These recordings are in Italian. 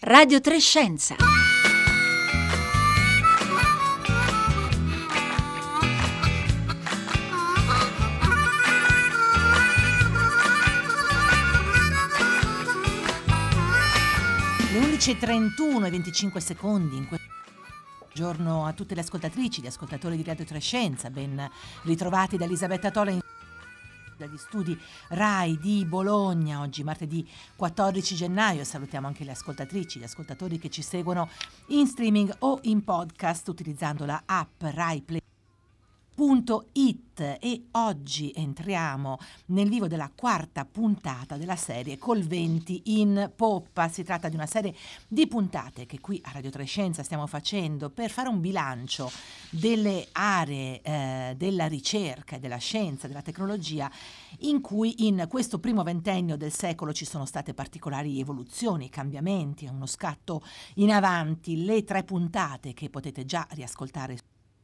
Radio Trescenza. Le 11:31 e 25 secondi in questo giorno a tutte le ascoltatrici, gli ascoltatori di Radio Trescenza, ben ritrovati da Elisabetta Tola dagli studi RAI di Bologna. Oggi martedì 14 gennaio salutiamo anche le ascoltatrici, gli ascoltatori che ci seguono in streaming o in podcast utilizzando la app RAI Play. E oggi entriamo nel vivo della quarta puntata della serie Col venti in poppa. Si tratta di una serie di puntate che qui a Radio Trescenza stiamo facendo per fare un bilancio delle aree della ricerca e della scienza, della tecnologia, in cui in questo primo ventennio del secolo ci sono state particolari evoluzioni, cambiamenti, uno scatto in avanti. Le 3 puntate che potete già riascoltare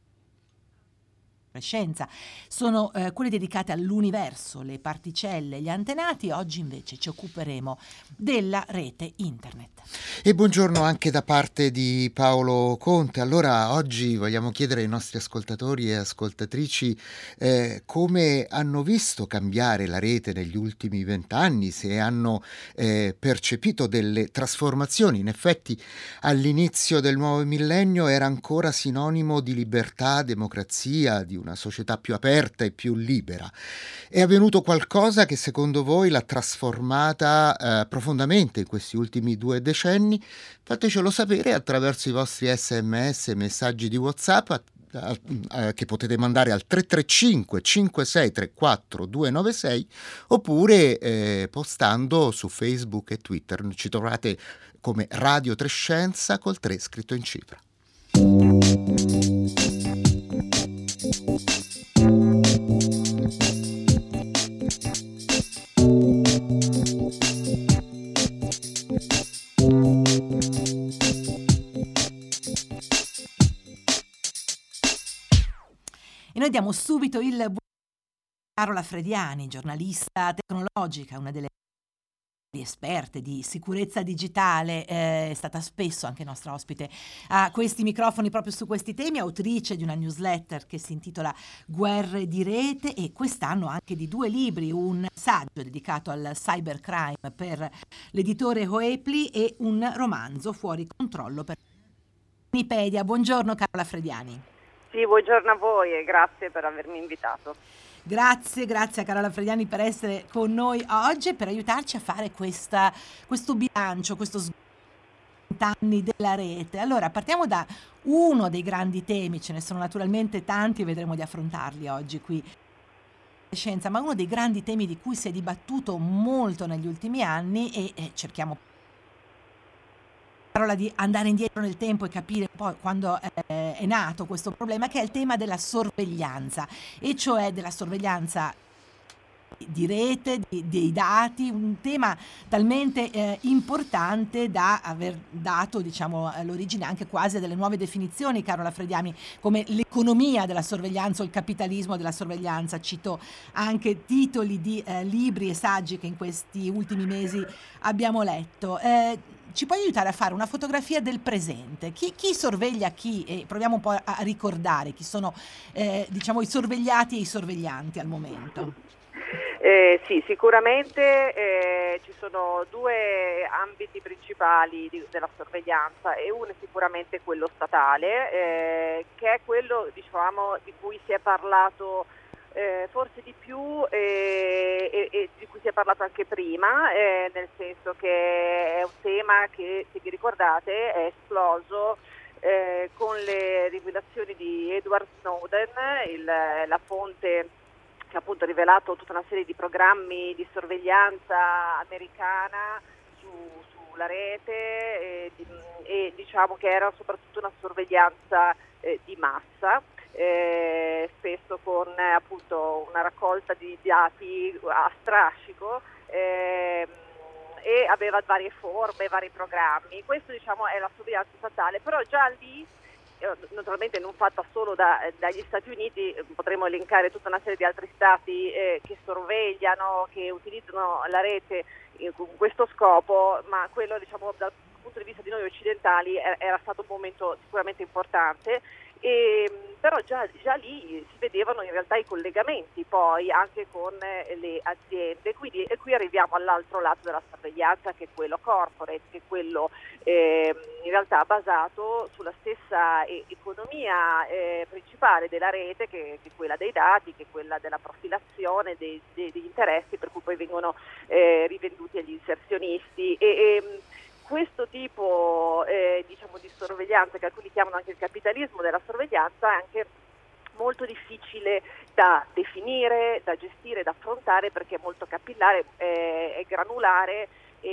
Scienza sono quelle dedicate all'universo, le particelle, gli antenati. Oggi invece ci occuperemo della rete internet. E buongiorno anche da parte di Paolo Conte. Allora oggi vogliamo chiedere ai nostri ascoltatori e ascoltatrici come hanno visto cambiare la rete negli ultimi 20 anni, se hanno percepito delle trasformazioni. In effetti all'inizio del nuovo millennio era ancora sinonimo di libertà, democrazia, di una società più aperta e più libera. È avvenuto qualcosa che secondo voi l'ha trasformata profondamente in questi ultimi 2 decenni? Fatecelo sapere attraverso i vostri SMS e messaggi di WhatsApp che potete mandare al 335 5634 296 oppure postando su Facebook e Twitter. Ci trovate come Radio Trescenza col 3 scritto in cifra. E noi diamo subito il buongiorno a Carola Frediani, giornalista tecnologica, una delle esperte di sicurezza digitale, è stata spesso anche nostra ospite a questi microfoni proprio su questi temi, autrice di una newsletter che si intitola Guerre di rete e quest'anno anche di 2 libri, un saggio dedicato al cybercrime per l'editore Hoepli e un romanzo Fuori controllo per Wikipedia. Buongiorno Carola Frediani. Sì, buongiorno a voi e grazie per avermi invitato. Grazie a Carola Frediani per essere con noi oggi e per aiutarci a fare questo bilancio, questo 20 anni della rete. Allora, partiamo da uno dei grandi temi, ce ne sono naturalmente tanti e vedremo di affrontarli oggi qui in Scienza, ma uno dei grandi temi di cui si è dibattuto molto negli ultimi anni e cerchiamo di andare indietro nel tempo e capire poi quando è nato questo problema, che è il tema della sorveglianza, e cioè della sorveglianza di rete, dei dati, un tema talmente importante da aver dato, diciamo, l'origine anche quasi a delle nuove definizioni, Carola Frediani, come l'economia della sorveglianza o il capitalismo della sorveglianza. Cito anche titoli di libri e saggi che in questi ultimi mesi abbiamo letto. Ci puoi aiutare a fare una fotografia del presente? Chi sorveglia chi? E proviamo un po' a ricordare chi sono diciamo i sorvegliati e i sorveglianti al momento. Sì, sicuramente ci sono 2 ambiti principali della sorveglianza e uno è sicuramente quello statale, che è quello, diciamo, di cui si è parlato forse di più e di cui si è parlato anche prima, nel senso che è un tema che, se vi ricordate, è esploso con le rivelazioni di Edward Snowden, la fonte che ha appunto rivelato tutta una serie di programmi di sorveglianza americana sulla rete e diciamo che era soprattutto una sorveglianza di massa, spesso con appunto una raccolta di dati a strascico e aveva varie forme, vari programmi. Questo, diciamo, è la sorveglianza statale, però già lì naturalmente non fatta solo dagli Stati Uniti, potremmo elencare tutta una serie di altri stati che sorvegliano, che utilizzano la rete con questo scopo, ma quello, diciamo, dal punto di vista di noi occidentali era stato un momento sicuramente importante. Però già lì si vedevano in realtà i collegamenti poi anche con le aziende, quindi e qui arriviamo all'altro lato della sorveglianza, che è quello corporate, che è quello in realtà basato sulla stessa economia principale della rete, che è quella dei dati, che è quella della profilazione degli interessi, per cui poi vengono rivenduti agli inserzionisti. Questo tipo diciamo di sorveglianza, che alcuni chiamano anche il capitalismo della sorveglianza, è anche molto difficile da definire, da gestire, da affrontare, perché è molto capillare, è granulare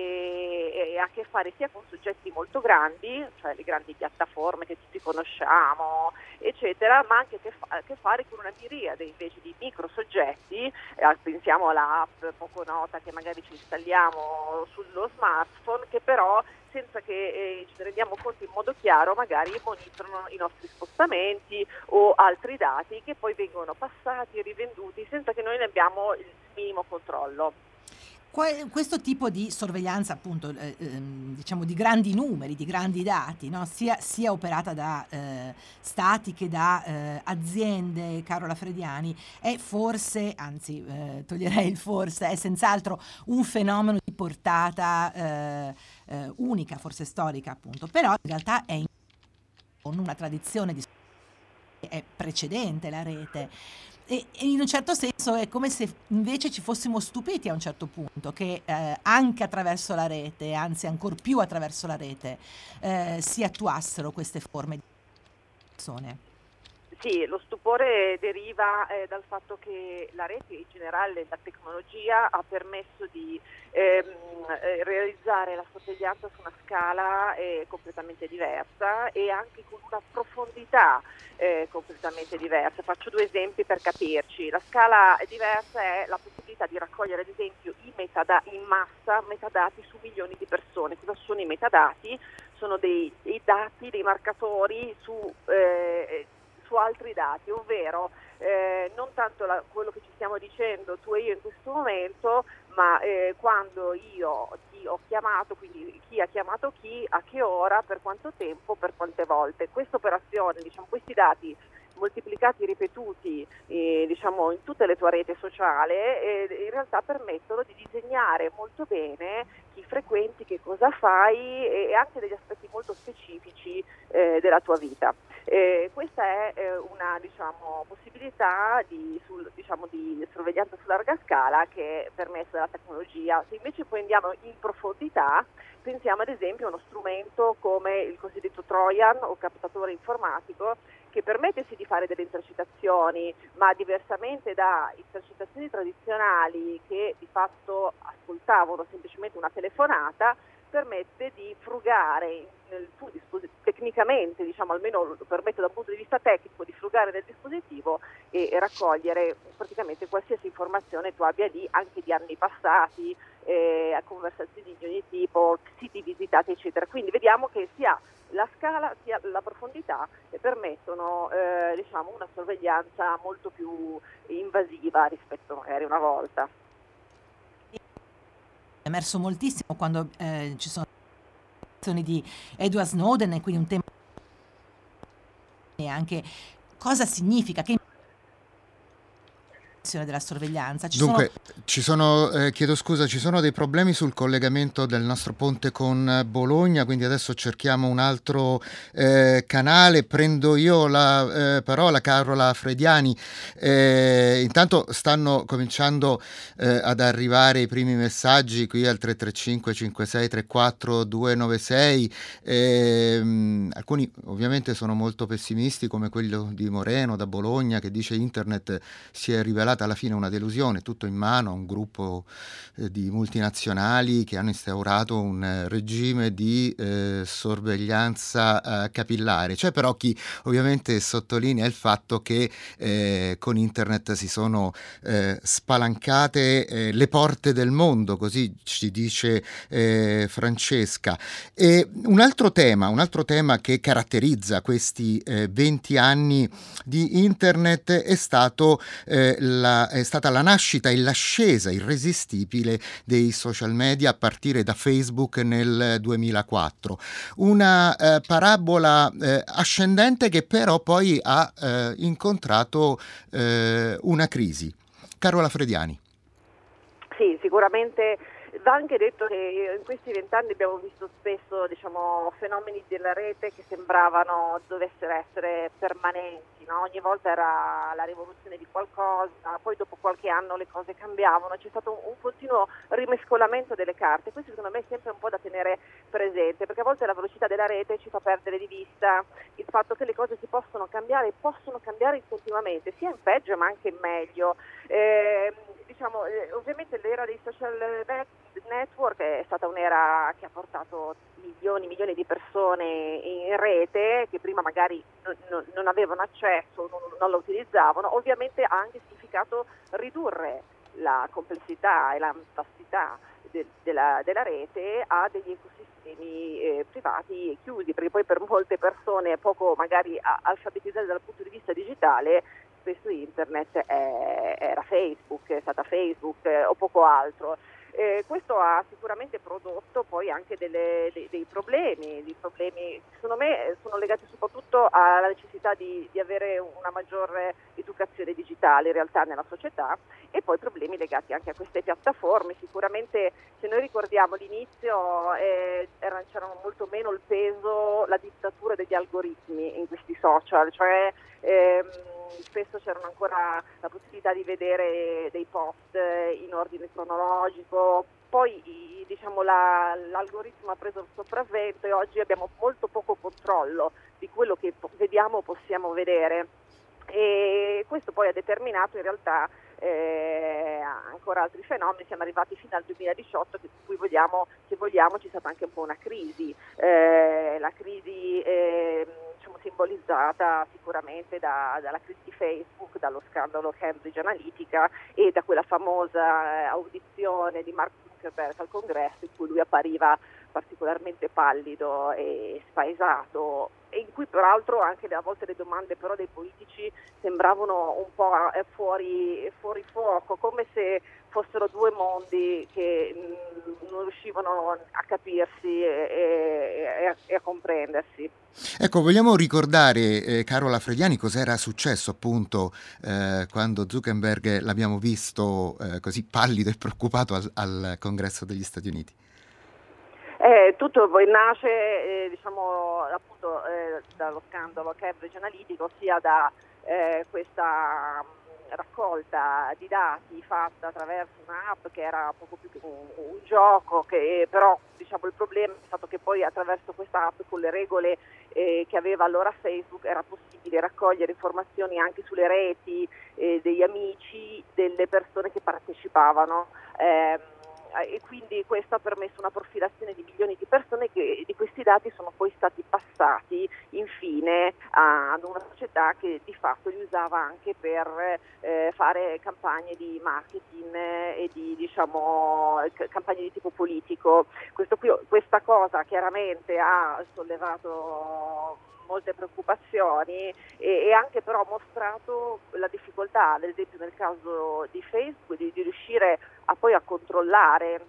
e ha a che fare sia con soggetti molto grandi, cioè le grandi piattaforme che tutti conosciamo, eccetera, ma anche a che fare con una miriade invece di micro soggetti. Pensiamo all'app poco nota che magari ci installiamo sullo smartphone, che però senza che ci rendiamo conto in modo chiaro magari monitorano i nostri spostamenti o altri dati che poi vengono passati e rivenduti senza che noi ne abbiamo il minimo controllo. Questo tipo di sorveglianza, appunto, diciamo di grandi numeri, di grandi dati, no? sia operata da stati che da aziende, Carola Frediani, è forse, anzi toglierei il forse, è senz'altro un fenomeno di portata unica, forse storica, appunto, però in realtà con una tradizione è precedente la rete. E in un certo senso è come se invece ci fossimo stupiti a un certo punto che anche attraverso la rete, anzi ancor più attraverso la rete, si attuassero queste forme di persone. Sì, lo stupore deriva dal fatto che la rete, in generale la tecnologia, ha permesso di realizzare la sorveglianza su una scala completamente diversa e anche con una profondità completamente diversa. Faccio due esempi per capirci. La scala diversa è la possibilità di raccogliere ad esempio in massa metadati su milioni di persone. Cosa sono i metadati? Sono dei dati, dei marcatori su altri dati, ovvero non tanto quello che ci stiamo dicendo tu e io in questo momento, ma quando io ti ho chiamato, quindi chi ha chiamato chi, a che ora, per quanto tempo, per quante volte. Questa operazione, diciamo, questi dati moltiplicati, ripetuti diciamo in tutte le tue reti sociali, in realtà permettono di disegnare molto bene chi frequenti, che cosa fai e anche degli aspetti molto specifici della tua vita. Questa è una possibilità di sorveglianza su larga scala che è permessa dalla tecnologia. Se invece poi andiamo in profondità, pensiamo ad esempio a uno strumento come il cosiddetto Trojan o captatore informatico, che permette sì di fare delle intercettazioni, ma diversamente da intercettazioni tradizionali che di fatto ascoltavano semplicemente una telefonata, permette di frugare nel tuo dispositivo, tecnicamente, diciamo, almeno lo permette dal punto di vista tecnico, di frugare nel dispositivo e raccogliere praticamente qualsiasi informazione tu abbia lì, anche di anni passati, a conversazioni di ogni tipo, siti visitati, eccetera. Quindi vediamo che sia la scala sia la profondità permettono una sorveglianza molto più invasiva rispetto magari una volta. È emerso moltissimo quando ci sono le di Edward Snowden, e quindi un tema anche cosa significa, che della sorveglianza. Dunque, chiedo scusa, ci sono dei problemi sul collegamento del nostro ponte con Bologna, quindi adesso cerchiamo un altro canale. Prendo io la parola, Carola Frediani. Intanto stanno cominciando ad arrivare i primi messaggi qui al 335 5634 296. Alcuni ovviamente sono molto pessimisti, come quello di Moreno da Bologna, che dice internet si è rivelato alla fine una delusione, tutto in mano a un gruppo di multinazionali che hanno instaurato un regime di sorveglianza capillare. C'è però chi ovviamente sottolinea il fatto che con internet si sono spalancate le porte del mondo, così ci dice Francesca. E un altro tema che caratterizza questi 20 anni di internet è stato la è stata la nascita e l'ascesa irresistibile dei social media a partire da Facebook nel 2004. Una parabola ascendente che però poi ha incontrato una crisi. Carola Frediani. Sì, sicuramente va anche detto che in questi 20 anni abbiamo visto spesso, diciamo, fenomeni della rete che sembravano dovessero essere permanenti, no? Ogni volta era la rivoluzione di qualcosa, poi dopo qualche anno le cose cambiavano, c'è stato un continuo rimescolamento delle carte. Questo secondo me è sempre un po' da tenere presente, perché a volte la velocità della rete ci fa perdere di vista il fatto che le cose si possono cambiare continuamente, sia in peggio ma anche in meglio. Ovviamente l'era dei social network è stata un'era che ha portato milioni di persone in rete che prima magari non avevano accesso, non la utilizzavano. Ovviamente ha anche significato ridurre la complessità e la vastità della rete a degli ecosistemi privati e chiusi, perché poi per molte persone poco magari alfabetizzate dal punto di vista digitale, spesso internet era Facebook, è stata Facebook o poco altro. Questo ha sicuramente prodotto poi anche dei problemi che secondo me sono legati soprattutto alla necessità di avere una maggiore educazione digitale in realtà nella società, e poi problemi legati anche a queste piattaforme. Sicuramente, se noi ricordiamo l'inizio, c'era molto meno il peso, la dittatura degli algoritmi in questi social, cioè spesso c'era ancora la possibilità di vedere dei post in ordine cronologico. Poi diciamo l'algoritmo ha preso il sopravvento e oggi abbiamo molto poco controllo di quello che vediamo o possiamo vedere, e questo poi ha determinato in realtà ancora altri fenomeni. Siamo arrivati fino al 2018, che cui se vogliamo c'è stata anche un po' una crisi, la crisi simbolizzata sicuramente dalla crisi di Facebook, dallo scandalo Cambridge Analytica e da quella famosa audizione di Mark Zuckerberg al congresso, in cui lui appariva particolarmente pallido e spaesato, e in cui peraltro anche a volte le domande però dei politici sembravano un po' fuori fuoco, come se fossero due mondi che non riuscivano a capirsi e a comprendersi. Ecco, vogliamo ricordare, Carola Frediani, cos'era successo appunto quando Zuckerberg l'abbiamo visto così pallido e preoccupato al Congresso degli Stati Uniti? Tutto poi nasce appunto dallo scandalo Cambridge Analytica, ossia da questa raccolta di dati fatta attraverso un'app che era poco più che un gioco, che però il problema è stato che poi attraverso questa app, con le regole che aveva allora Facebook, era possibile raccogliere informazioni anche sulle reti degli amici delle persone che partecipavano, e quindi questo ha permesso una profilazione di milioni di persone, che di questi dati sono poi stati passati infine ad una società che di fatto li usava anche per fare campagne di marketing e di campagne di tipo politico. Questa cosa chiaramente ha sollevato molte preoccupazioni e anche però mostrato la difficoltà, ad esempio nel caso di Facebook, di riuscire a controllare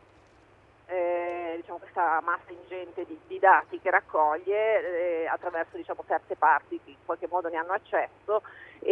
questa massa ingente di dati che raccoglie attraverso terze parti che in qualche modo ne hanno accesso,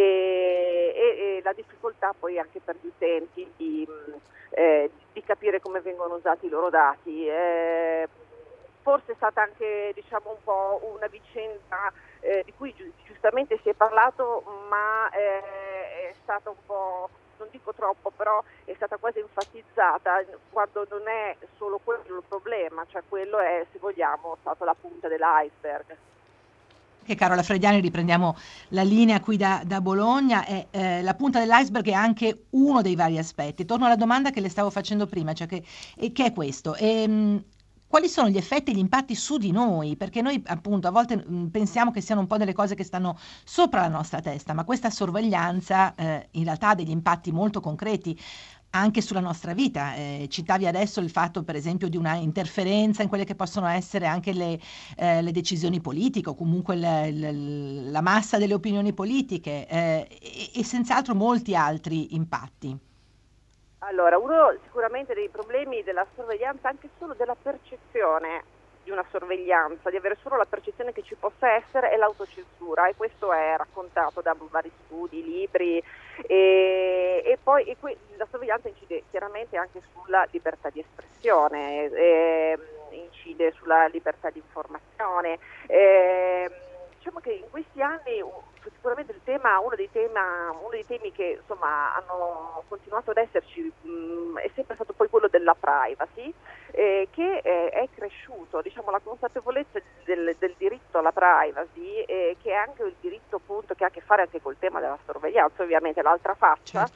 e la difficoltà poi anche per gli utenti di capire come vengono usati i loro dati. Forse è stata anche un po' una vicenda di cui giustamente si è parlato, ma è stata un po', non dico troppo, però è stata quasi enfatizzata, quando non è solo quello il problema, cioè quello è, se vogliamo, stato la punta dell'iceberg. Che Carola Frediani, riprendiamo la linea qui da Bologna, è la punta dell'iceberg è anche uno dei vari aspetti. Torno alla domanda che le stavo facendo prima, cioè che è questo. Quali sono gli effetti e gli impatti su di noi? Perché noi appunto a volte pensiamo che siano un po' delle cose che stanno sopra la nostra testa, ma questa sorveglianza in realtà ha degli impatti molto concreti anche sulla nostra vita. Citavi adesso il fatto, per esempio, di una interferenza in quelle che possono essere anche le decisioni politiche o comunque la massa delle opinioni politiche e senz'altro molti altri impatti. Allora, uno sicuramente dei problemi della sorveglianza, anche solo della percezione di una sorveglianza, di avere solo la percezione che ci possa essere, è l'autocensura, e questo è raccontato da vari studi, libri, e poi la sorveglianza incide chiaramente anche sulla libertà di espressione, incide sulla libertà di informazione. Diciamo che in questi anni sicuramente uno dei temi che insomma hanno continuato ad esserci è sempre stato poi quello della privacy, che è cresciuto, diciamo, la consapevolezza del diritto alla privacy, che è anche il diritto appunto che ha a che fare anche col tema della sorveglianza, ovviamente l'altra faccia,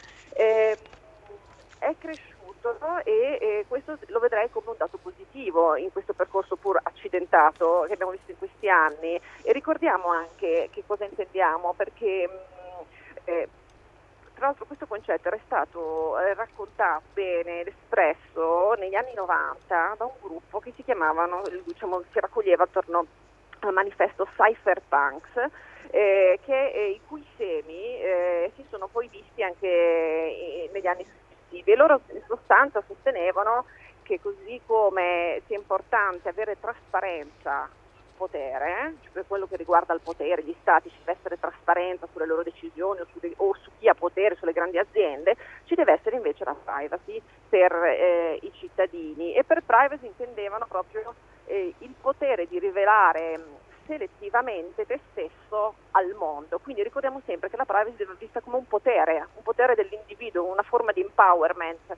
è cresciuto, e questo lo vedrei come un dato positivo in questo percorso pur accidentato che abbiamo visto in questi anni. E ricordiamo anche che cosa intendiamo, perché tra l'altro questo concetto era stato raccontato bene ed espresso negli anni 90 da un gruppo che si chiamavano, diciamo, si raccoglieva attorno al manifesto Cypherpunks, i cui semi si sono poi visti anche negli anni successivi, e loro in sostanza sostenevano che così come sia importante avere trasparenza sul potere, cioè per quello che riguarda il potere, gli stati, ci deve essere trasparenza sulle loro decisioni o su chi ha potere, sulle grandi aziende, ci deve essere invece la privacy per i cittadini, e per privacy intendevano proprio il potere di rivelare selettivamente te stesso al mondo. Quindi ricordiamo sempre che la privacy deve essere vista come un potere dell'individuo, una forma di empowerment.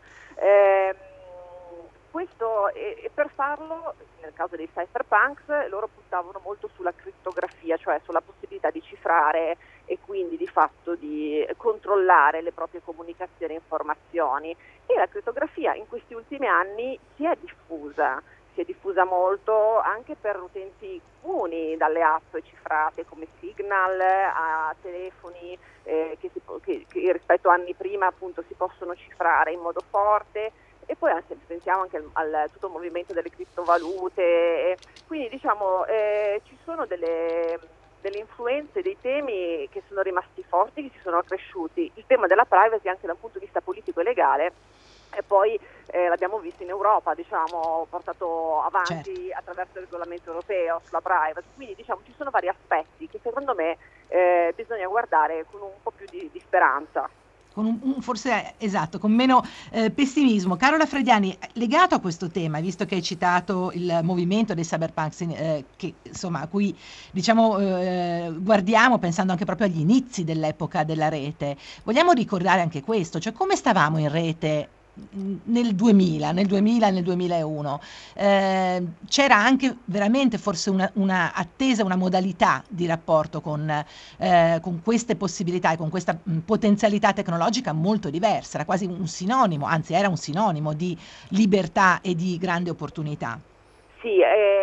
Questo, e per farlo, nel caso dei cypherpunks, loro puntavano molto sulla crittografia, cioè sulla possibilità di cifrare e quindi di fatto di controllare le proprie comunicazioni e informazioni. E la crittografia in questi ultimi anni si è diffusa molto anche per utenti comuni, dalle app cifrate come Signal a telefoni che rispetto a anni prima appunto si possono cifrare in modo forte, e poi pensiamo anche al tutto il movimento delle criptovalute, quindi diciamo ci sono delle influenze, dei temi che sono rimasti forti, che si sono accresciuti. Il tema della privacy anche da un punto di vista politico e legale, e poi l'abbiamo visto in Europa, diciamo, portato avanti attraverso il regolamento europeo sulla privacy. Quindi diciamo ci sono vari aspetti che secondo me bisogna guardare con un po' più di speranza. Con forse esatto, con meno pessimismo. Carola Frediani, legato a questo tema, visto che hai citato il movimento dei cyberpunks, che insomma a cui diciamo guardiamo pensando anche proprio agli inizi dell'epoca della rete, vogliamo ricordare anche questo, cioè come stavamo in rete nel 2000, nel 2001. C'era anche veramente forse una attesa, una modalità di rapporto con queste possibilità e con questa potenzialità tecnologica molto diversa, era quasi un sinonimo, anzi era un sinonimo di libertà e di grande opportunità. Sì,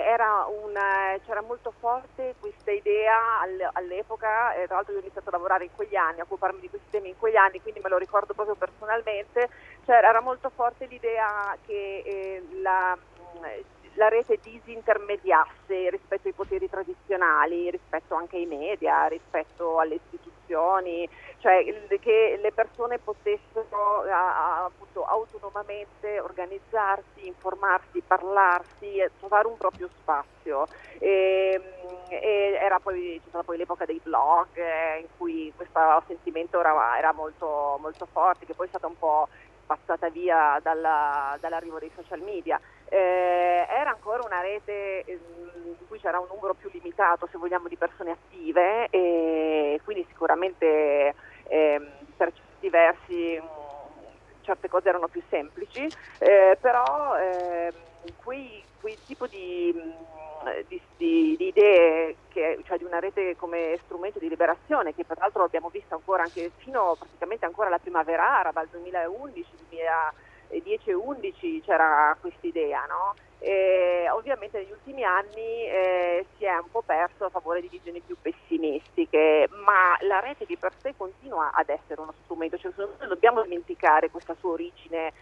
c'era molto forte questa idea all'epoca, tra l'altro io ho iniziato a lavorare in quegli anni, a occuparmi di questi temi in quegli anni, quindi me lo ricordo proprio personalmente, cioè era molto forte l'idea che la rete disintermediasse rispetto ai poteri tradizionali, rispetto anche ai media, rispetto alle istituzioni, cioè che le persone potessero appunto autonomamente organizzarsi, informarsi, parlarsi, trovare un proprio spazio. E c'è stata poi l'epoca dei blog in cui questo sentimento era molto, molto forte, che poi è stata un po' spazzata via dall'arrivo dei social media. Era ancora una rete in cui c'era un numero più limitato, se vogliamo, di persone attive, e quindi sicuramente per certi versi certe cose erano più semplici, però quei tipo di idee, cioè di una rete come strumento di liberazione, che peraltro abbiamo visto ancora anche fino praticamente ancora alla primavera araba, il 2011, 2010 e 2011 c'era questa idea, no? ovviamente negli ultimi anni si è un po' perso a favore di visioni più pessimistiche, ma la rete di per sé continua ad essere uno strumento, cioè non dobbiamo dimenticare questa sua origine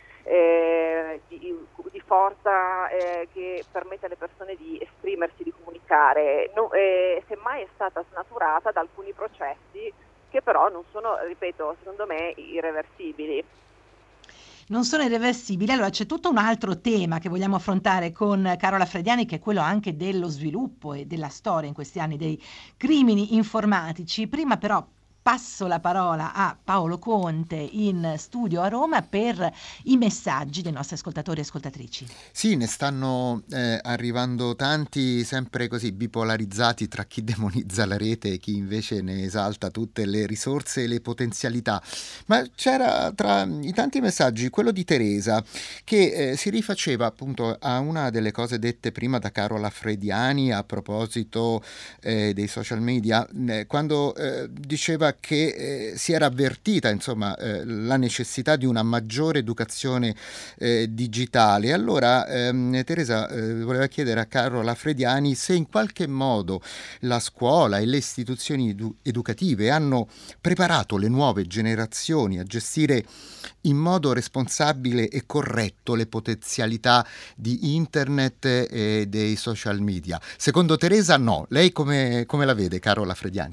di forza che permette alle persone di esprimersi, di comunicare, semmai è stata snaturata da alcuni processi che però non sono, ripeto, secondo me irreversibili. Non sono irreversibili. Allora c'è tutto un altro tema che vogliamo affrontare con Carola Frediani, che è quello anche dello sviluppo e della storia in questi anni dei crimini informatici. Prima però passo la parola a Paolo Conte in studio a Roma per i messaggi dei nostri ascoltatori e ascoltatrici. Sì, ne stanno arrivando tanti, sempre così bipolarizzati tra chi demonizza la rete e chi invece ne esalta tutte le risorse e le potenzialità. Ma c'era tra i tanti messaggi quello di Teresa che si rifaceva appunto a una delle cose dette prima da Carola Frediani a proposito dei social media, quando diceva che si era avvertita insomma la necessità di una maggiore educazione digitale. Allora Teresa voleva chiedere a Carola Frediani se in qualche modo la scuola e le istituzioni educative hanno preparato le nuove generazioni a gestire in modo responsabile e corretto le potenzialità di internet e dei social media. Secondo Teresa no. Lei come la vede, Carola Frediani?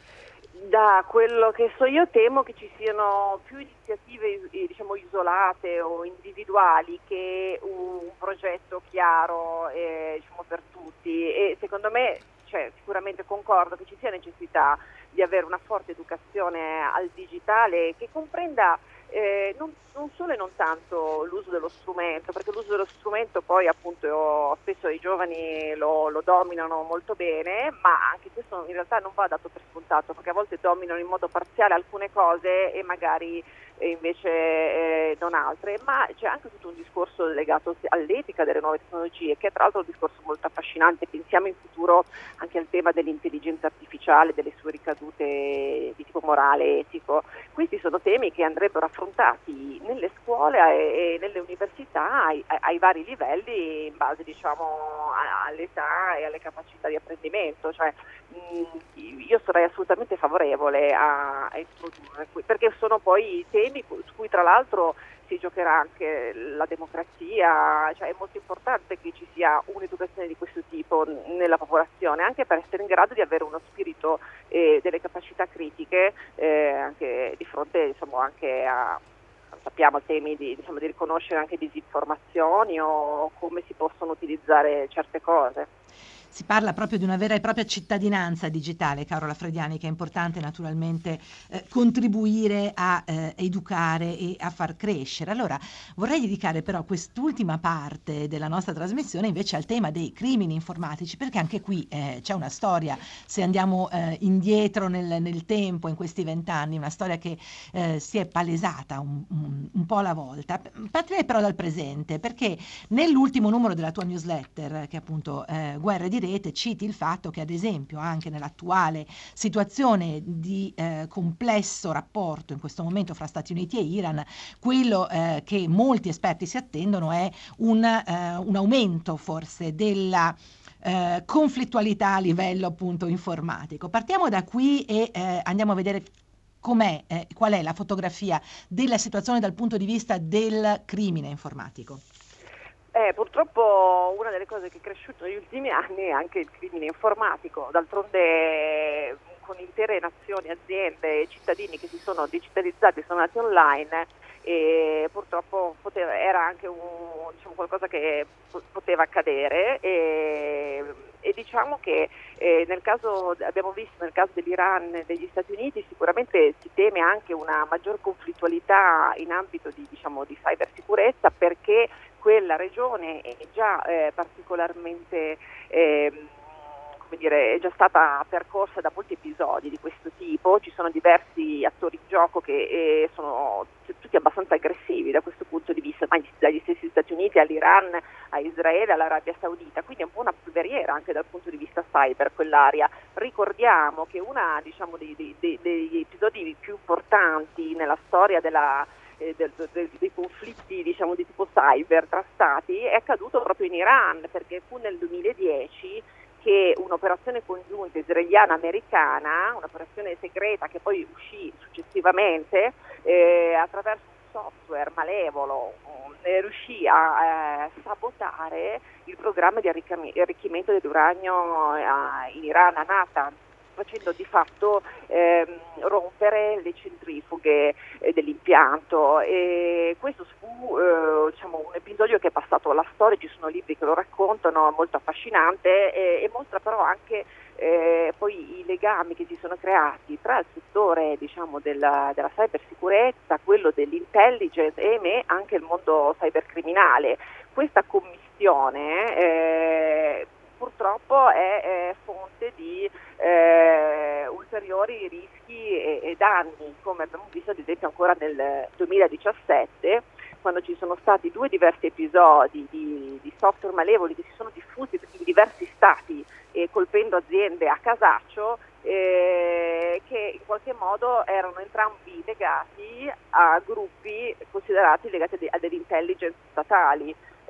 Da quello che so io temo che ci siano più iniziative diciamo isolate o individuali che un progetto chiaro diciamo per tutti, e secondo me sicuramente concordo che ci sia necessità di avere una forte educazione al digitale che comprenda non solo e non tanto l'uso dello strumento, perché l'uso dello strumento poi appunto spesso i giovani lo dominano molto bene, ma anche questo in realtà non va dato per scontato, perché a volte dominano in modo parziale alcune cose e magari invece non altre, ma c'è anche tutto un discorso legato all'etica delle nuove tecnologie, che è tra l'altro un discorso molto affascinante. Pensiamo in futuro anche al tema dell'intelligenza artificiale, delle sue ricadute di tipo morale, etico. Questi sono temi che andrebbero affrontati nelle scuole e nelle università ai vari livelli in base diciamo all'età e alle capacità di apprendimento. Io sarei assolutamente favorevole a introdurre, perché sono poi temi su cui tra l'altro si giocherà anche la democrazia, è molto importante che ci sia un'educazione di questo tipo nella popolazione, anche per essere in grado di avere uno spirito e delle capacità critiche anche di fronte insomma anche a sappiamo temi di riconoscere anche disinformazioni o come si possono utilizzare certe cose. Si parla proprio di una vera e propria cittadinanza digitale, Carola Frediani, che è importante naturalmente contribuire a educare e a far crescere. Allora vorrei dedicare però quest'ultima parte della nostra trasmissione invece al tema dei crimini informatici, perché anche qui c'è una storia, se andiamo indietro nel tempo, in questi 20 anni, una storia che si è palesata un po' alla volta. Partirei però dal presente, perché nell'ultimo numero della tua newsletter, che è appunto Guerre di Rete, citi il fatto che ad esempio anche nell'attuale situazione di complesso rapporto in questo momento fra Stati Uniti e Iran, quello che molti esperti si attendono è un aumento forse della conflittualità a livello appunto informatico. Partiamo da qui e andiamo a vedere qual è la fotografia della situazione dal punto di vista del crimine informatico. Purtroppo una delle cose che è cresciuto negli ultimi anni è anche il crimine informatico. D'altronde con intere nazioni, aziende e cittadini che si sono digitalizzati, sono nati online, e purtroppo era anche qualcosa che poteva accadere e diciamo che abbiamo visto nel caso dell'Iran e degli Stati Uniti sicuramente si teme anche una maggior conflittualità in ambito di cybersicurezza, perché quella regione è già particolarmente è già stata percorsa da molti episodi di questo tipo. Ci sono diversi attori in gioco che sono tutti abbastanza aggressivi da questo punto di vista, dagli stessi Stati Uniti all'Iran, a Israele, all'Arabia Saudita, quindi è un po' una polveriera anche dal punto di vista cyber quell'area. Ricordiamo che una degli episodi più importanti nella storia dei conflitti, diciamo, di tipo cyber tra stati è accaduto proprio in Iran, perché fu nel 2010 che un'operazione congiunta israeliana-americana, un'operazione segreta che poi uscì successivamente attraverso un software malevolo, riuscì a sabotare il programma di arricchimento dell'uranio in Iran, a Natanz, facendo di fatto rompere le centrifughe dell'impianto. E questo fu diciamo, un episodio che è passato alla storia, ci sono libri che lo raccontano, molto affascinante, e mostra però anche poi i legami che si sono creati tra il settore, diciamo, della cybersicurezza, quello dell'intelligence e anche il mondo cybercriminale. Questa commistione purtroppo è fonte di ulteriori rischi e danni, come abbiamo visto ad esempio ancora nel 2017, quando ci sono stati 2 diversi episodi di software malevoli che si sono diffusi in diversi stati, colpendo aziende a casaccio, che in qualche modo erano entrambi legati a gruppi considerati legati a delle intelligence statali.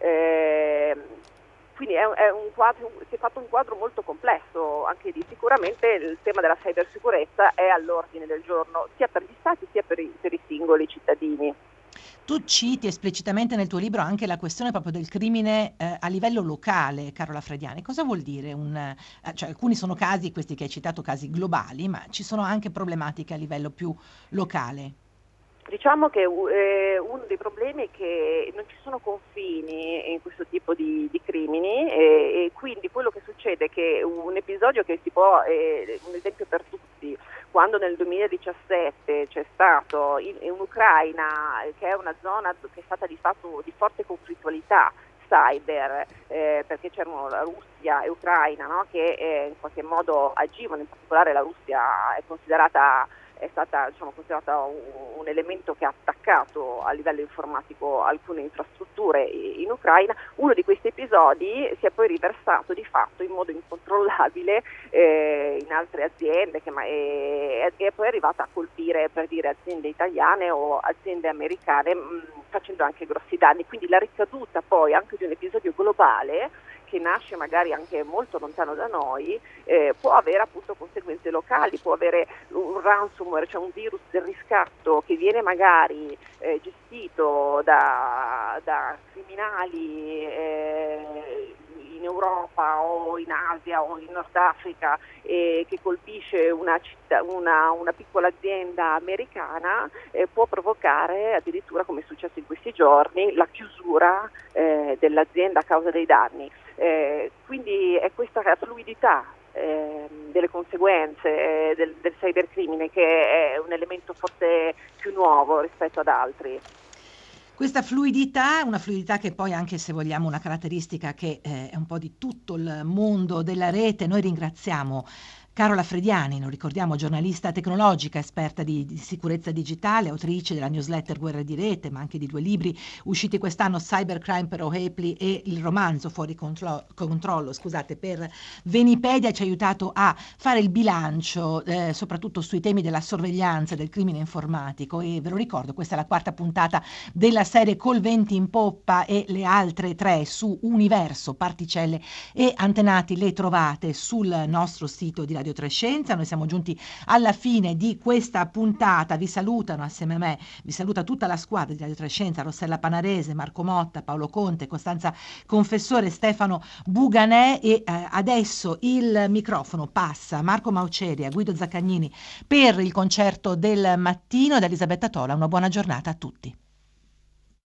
Quindi si è fatto un quadro molto complesso anche lì. Sicuramente il tema della cybersicurezza è all'ordine del giorno sia per gli stati sia per i singoli cittadini. Tu citi esplicitamente nel tuo libro anche la questione proprio del crimine a livello locale, Carola Frediani. Cosa vuol dire? Cioè, alcuni sono casi, questi che hai citato, casi globali, ma ci sono anche problematiche a livello più locale. Diciamo che uno dei problemi è che non ci sono confini in questo tipo di crimini, e quindi quello che succede è che un episodio che si può, un esempio per tutti, quando nel 2017 c'è stato in Ucraina, che è una zona che è stata di fatto di forte conflittualità cyber, perché c'erano la Russia e Ucraina, no? Che in qualche modo agivano, in particolare la Russia è stata, diciamo, considerata un elemento che ha attaccato a livello informatico alcune infrastrutture in Ucraina. Uno di questi episodi si è poi riversato di fatto in modo incontrollabile in altre aziende, e è poi arrivata a colpire, per dire, aziende italiane o aziende americane, facendo anche grossi danni. Quindi la ricaduta poi anche di un episodio globale, che nasce magari anche molto lontano da noi, può avere appunto conseguenze locali, può avere un ransomware, cioè un virus del riscatto che viene magari gestito da criminali in Europa o in Asia o in Nord Africa, che colpisce una piccola azienda americana, può provocare addirittura, come è successo in questi giorni, la chiusura dell'azienda a causa dei danni. Quindi è questa fluidità delle conseguenze del cybercrimine che è un elemento forse più nuovo rispetto ad altri. Questa fluidità è una fluidità che poi, anche se vogliamo, una caratteristica che è un po' di tutto il mondo della rete. Noi ringraziamo Carola Frediani, lo ricordiamo, giornalista tecnologica, esperta di sicurezza digitale, autrice della newsletter Guerre di Rete, ma anche di 2 libri usciti quest'anno, Cybercrime per O'Hapley e il romanzo Fuori controllo, per Venipedia. Ci ha aiutato a fare il bilancio, soprattutto sui temi della sorveglianza, del crimine informatico. E ve lo ricordo, questa è la 4ª puntata della serie Col vento in poppa, e le altre 3 su Universo, Particelle e Antenati le trovate sul nostro sito di Radio 3 Scienza. Noi siamo giunti alla fine di questa puntata. Vi salutano assieme a me, vi saluta tutta la squadra di Radio 3 Scienza: Rossella Panarese, Marco Motta, Paolo Conte, Costanza Confessore, Stefano Buganè, e adesso il microfono passa a Marco Mauceri, a Guido Zaccagnini per il concerto del mattino, ed Elisabetta Tola. Una buona giornata a tutti.